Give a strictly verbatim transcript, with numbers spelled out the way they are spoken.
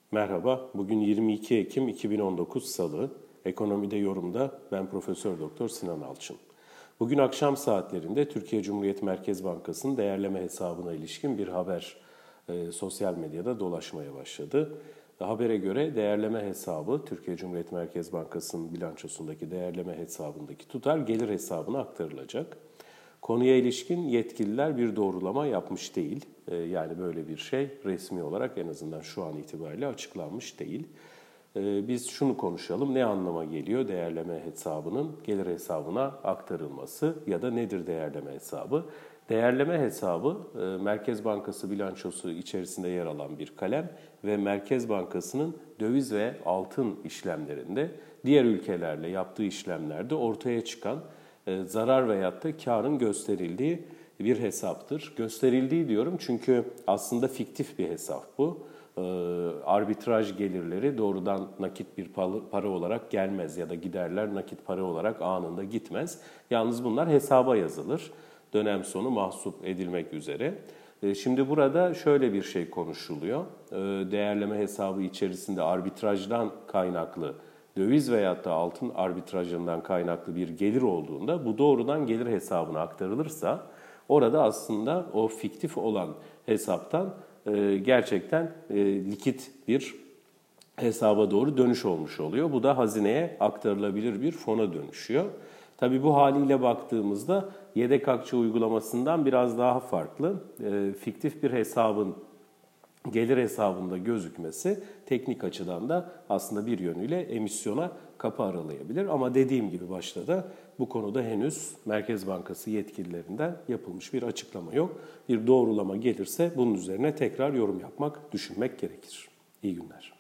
Merhaba, bugün yirmi iki Ekim iki bin on dokuz Salı. Ekonomide yorumda ben Profesör Doktor Sinan Alçın. Bugün akşam saatlerinde Türkiye Cumhuriyet Merkez Bankası'nın değerleme hesabına ilişkin bir haber e, sosyal medyada dolaşmaya başladı. Habere göre değerleme hesabı, Türkiye Cumhuriyet Merkez Bankası'nın bilançosundaki değerleme hesabındaki tutar gelir hesabına aktarılacak. Konuya ilişkin yetkililer bir doğrulama yapmış değil. Yani böyle bir şey resmi olarak en azından şu an itibariyle açıklanmış değil. Biz şunu konuşalım, ne anlama geliyor değerleme hesabının gelir hesabına aktarılması ya da nedir değerleme hesabı? Değerleme hesabı Merkez Bankası bilançosu içerisinde yer alan bir kalem ve Merkez Bankası'nın döviz ve altın işlemlerinde diğer ülkelerle yaptığı işlemlerde ortaya çıkan zarar veyahut da karın gösterildiği bir hesaptır. Gösterildiği diyorum çünkü aslında fiktif bir hesap bu. Arbitraj gelirleri doğrudan nakit bir para olarak gelmez ya da giderler nakit para olarak anında gitmez. Yalnız bunlar hesaba yazılır. Dönem sonu mahsup edilmek üzere. Şimdi burada şöyle bir şey konuşuluyor. Değerleme hesabı içerisinde arbitrajdan kaynaklı döviz veyahut da altın arbitrajından kaynaklı bir gelir olduğunda bu doğrudan gelir hesabına aktarılırsa orada aslında o fiktif olan hesaptan e, gerçekten e, likit bir hesaba doğru dönüş olmuş oluyor. Bu da hazineye aktarılabilir bir fona dönüşüyor. Tabii bu haliyle baktığımızda yedek akçe uygulamasından biraz daha farklı. E, fiktif bir hesabın gelir hesabında gözükmesi teknik açıdan da aslında bir yönüyle emisyona kapı aralayabilir. Ama dediğim gibi başta da bu konuda henüz Merkez Bankası yetkililerinden yapılmış bir açıklama yok. Bir doğrulama gelirse bunun üzerine tekrar yorum yapmak, düşünmek gerekir. İyi günler.